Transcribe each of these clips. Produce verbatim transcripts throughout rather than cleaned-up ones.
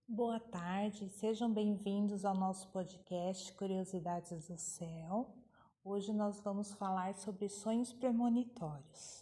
Boa tarde, sejam bem-vindos ao nosso podcast Curiosidades do Céu. Hoje nós vamos falar sobre sonhos premonitórios.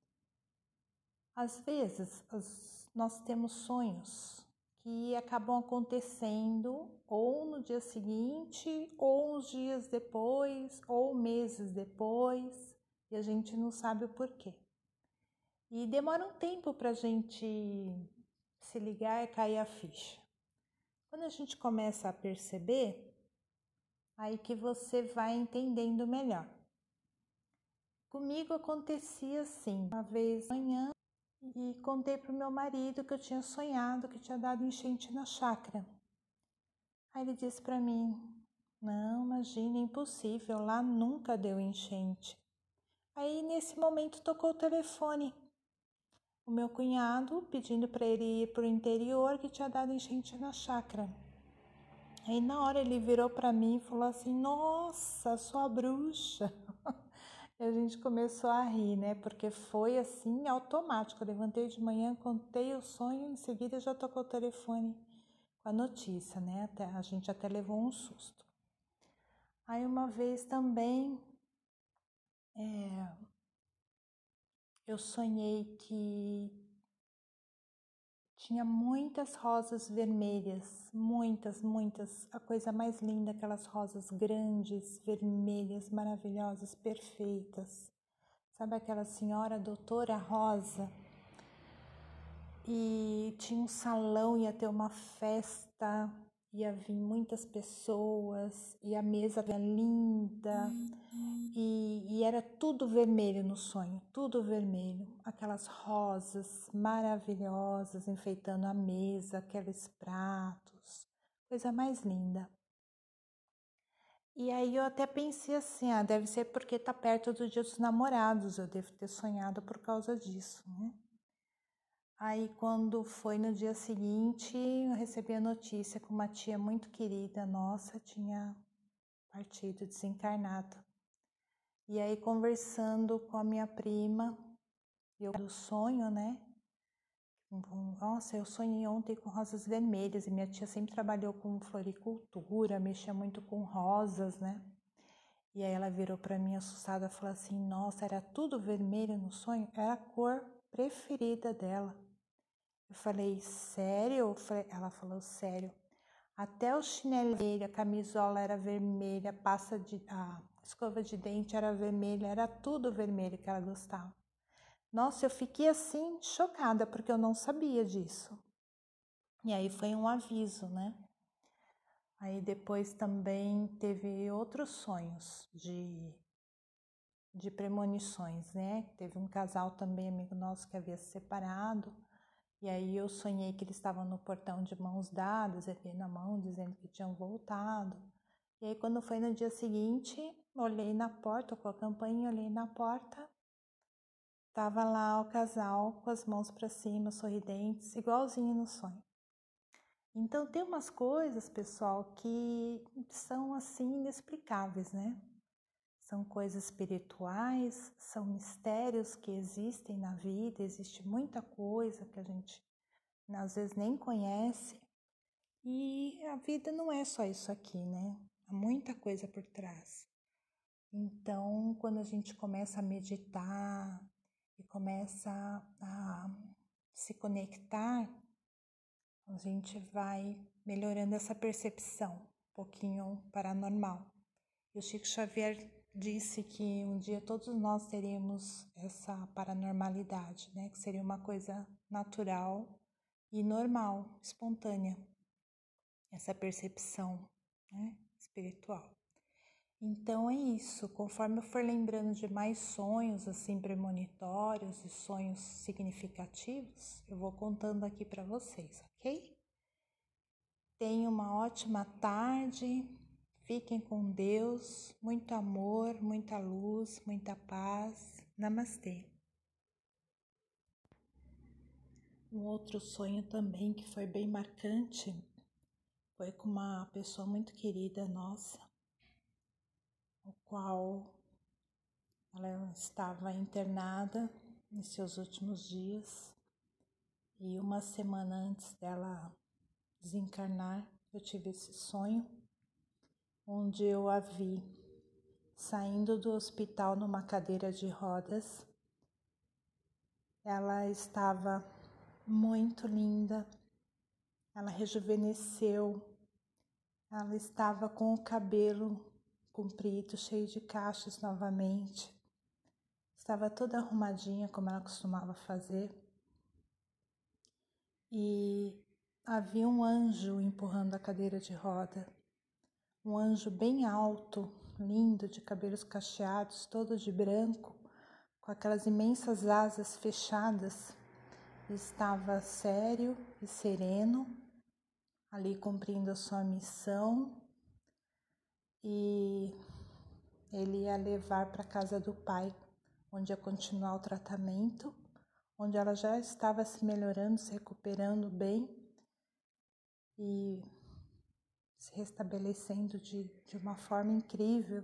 Às vezes, nós temos sonhos que acabam acontecendo ou no dia seguinte, ou uns dias depois, ou meses depois, e a gente não sabe o porquê. E demora um tempo para a gente se ligar e cair a ficha. Quando a gente começa a perceber, aí que você vai entendendo melhor. Comigo acontecia assim, uma vez de manhã, e contei para o meu marido que eu tinha sonhado que tinha dado enchente na chácara. Aí ele disse para mim, não, imagina, impossível, lá nunca deu enchente. Aí nesse momento tocou o telefone. O meu cunhado pedindo para ele ir para o interior que tinha dado enchente na chácara. Aí na hora ele virou para mim e falou assim, nossa, sua bruxa. E a gente começou a rir, né? Porque foi assim automático. Eu levantei de manhã, contei o sonho, em seguida já tocou o telefone com a notícia, né? Até, a gente até levou um susto. Aí uma vez também é, eu sonhei que tinha muitas rosas vermelhas, muitas, muitas, a coisa mais linda, aquelas rosas grandes, vermelhas, maravilhosas, perfeitas. Sabe aquela senhora doutora Rosa? E tinha um salão, ia ter uma festa, ia vir muitas pessoas, e a mesa era linda, e, e era tudo vermelho no sonho, tudo vermelho. Aquelas rosas maravilhosas enfeitando a mesa, aqueles pratos, coisa mais linda. E aí eu até pensei assim, ah, deve ser porque tá perto do Dia dos Namorados, eu devo ter sonhado por causa disso, né? Aí quando foi no dia seguinte, eu recebi a notícia que uma tia muito querida nossa tinha partido, desencarnado. E aí conversando com a minha prima, eu do sonho, né? Nossa, eu sonhei ontem com rosas vermelhas e minha tia sempre trabalhou com floricultura, mexia muito com rosas, né? E aí ela virou para mim assustada e falou assim, nossa, era tudo vermelho no sonho? Era a cor preferida dela. Eu falei, sério? Ela falou, sério. Até o chinelo, a camisola era vermelha, a pasta de, a escova de dente era vermelha, era tudo vermelho que ela gostava. Nossa, eu fiquei assim, chocada, porque eu não sabia disso. E aí foi um aviso, né? Aí depois também teve outros sonhos de, de premonições, né? Teve um casal também, amigo nosso, que havia se separado. E aí eu sonhei que eles estavam no portão de mãos dadas, erguei na mão, dizendo que tinham voltado. E aí quando foi no dia seguinte, olhei na porta, com a campainha, olhei na porta, tava lá o casal com as mãos para cima, sorridentes, igualzinho no sonho. Então tem umas coisas, pessoal, que são assim inexplicáveis, né? São coisas espirituais, são mistérios que existem na vida, existe muita coisa que a gente às vezes nem conhece, e a vida não é só isso aqui, né? Há muita coisa por trás. Então, quando a gente começa a meditar e começa a se conectar, a gente vai melhorando essa percepção, um pouquinho paranormal. E o Chico Xavier disse que um dia todos nós teríamos essa paranormalidade, né? Que seria uma coisa natural e normal, espontânea, essa percepção, né, espiritual. Então é isso, conforme eu for lembrando de mais sonhos assim premonitórios e sonhos significativos, eu vou contando aqui para vocês, ok? Tenham uma ótima tarde, fiquem com Deus, muito amor, muita luz, muita paz. Namastê. Um outro sonho também que foi bem marcante foi com uma pessoa muito querida nossa, o qual ela estava internada em seus últimos dias e uma semana antes dela desencarnar, eu tive esse sonho, onde eu a vi saindo do hospital numa cadeira de rodas. Ela estava muito linda, ela rejuvenesceu, ela estava com o cabelo comprido, cheio de cachos novamente, estava toda arrumadinha como ela costumava fazer, e havia um anjo empurrando a cadeira de roda, um anjo bem alto, lindo, de cabelos cacheados, todo de branco, com aquelas imensas asas fechadas. Estava sério e sereno, ali cumprindo a sua missão, e ele ia levar para a casa do pai, onde ia continuar o tratamento, onde ela já estava se melhorando, se recuperando bem e se restabelecendo de, de uma forma incrível.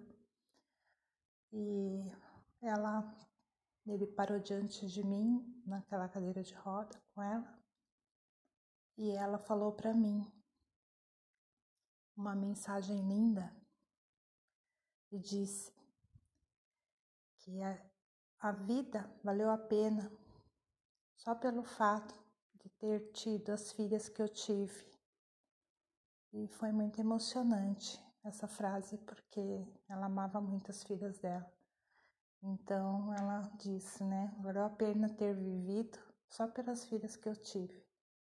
E ela, ele parou diante de mim, naquela cadeira de roda com ela, e ela falou para mim uma mensagem linda e disse que a, a vida valeu a pena só pelo fato de ter tido as filhas que eu tive. E foi muito emocionante essa frase, porque ela amava muito as filhas dela. Então ela disse, né, valeu a pena ter vivido só pelas filhas que eu tive.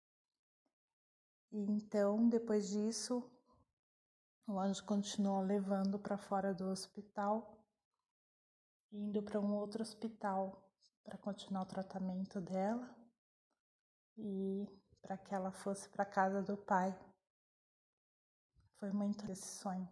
E então, depois disso, o anjo continuou levando para fora do hospital, indo para um outro hospital para continuar o tratamento dela e para que ela fosse para a casa do pai. Foi muito esse sonho.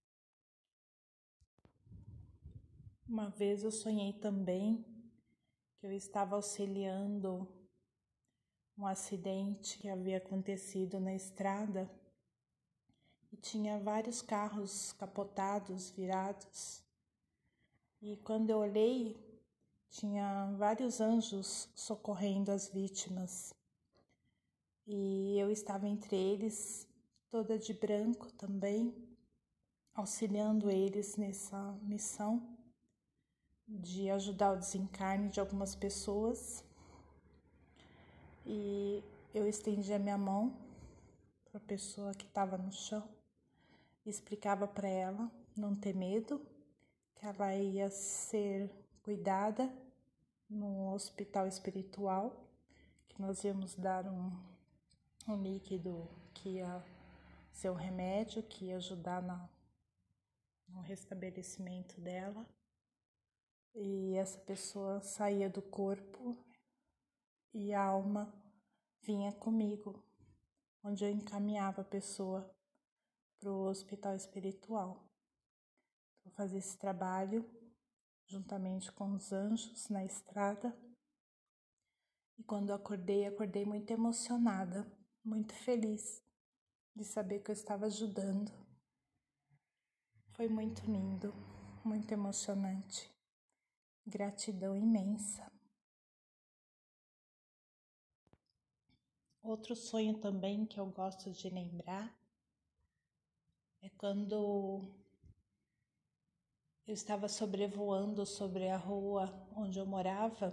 Uma vez eu sonhei também que eu estava auxiliando um acidente que havia acontecido na estrada e tinha vários carros capotados, virados. E quando eu olhei, tinha vários anjos socorrendo as vítimas. E eu estava entre eles, toda de branco também, auxiliando eles nessa missão de ajudar o desencarne de algumas pessoas. E eu estendi a minha mão para a pessoa que estava no chão e explicava para ela não ter medo, que ela ia ser cuidada no hospital espiritual, que nós íamos dar um, um líquido que ia ser um remédio, que ia ajudar na, no restabelecimento dela. E essa pessoa saía do corpo e a alma vinha comigo, onde eu encaminhava a pessoa para o hospital espiritual. Eu fazia esse trabalho juntamente com os anjos na estrada. E quando eu acordei, acordei muito emocionada, muito feliz de saber que eu estava ajudando. Foi muito lindo, muito emocionante. Gratidão imensa. Outro sonho também que eu gosto de lembrar é quando eu estava sobrevoando sobre a rua onde eu morava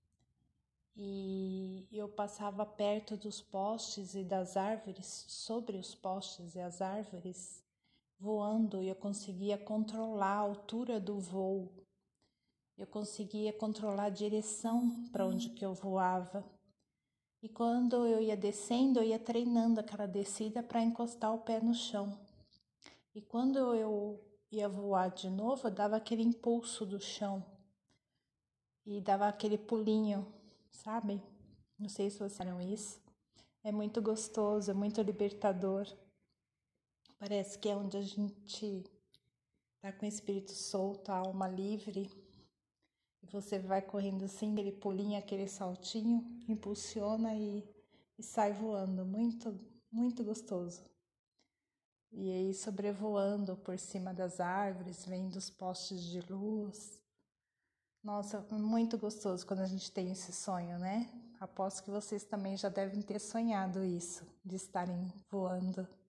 e eu passava perto dos postes e das árvores, sobre os postes e as árvores, voando, e eu conseguia controlar a altura do voo. Eu conseguia controlar a direção para onde que eu voava. E quando eu ia descendo, eu ia treinando aquela descida para encostar o pé no chão. E quando eu ia voar de novo, eu dava aquele impulso do chão e dava aquele pulinho, sabe? Não sei se vocês viram isso. É muito gostoso, é muito libertador. Parece que é onde a gente tá com o espírito solto, a alma livre. E você vai correndo assim, aquele pulinho, aquele saltinho, impulsiona e, e sai voando. Muito, muito gostoso. E aí sobrevoando por cima das árvores, vendo os postes de luz. Nossa, muito gostoso quando a gente tem esse sonho, né? Aposto que vocês também já devem ter sonhado isso, de estarem voando.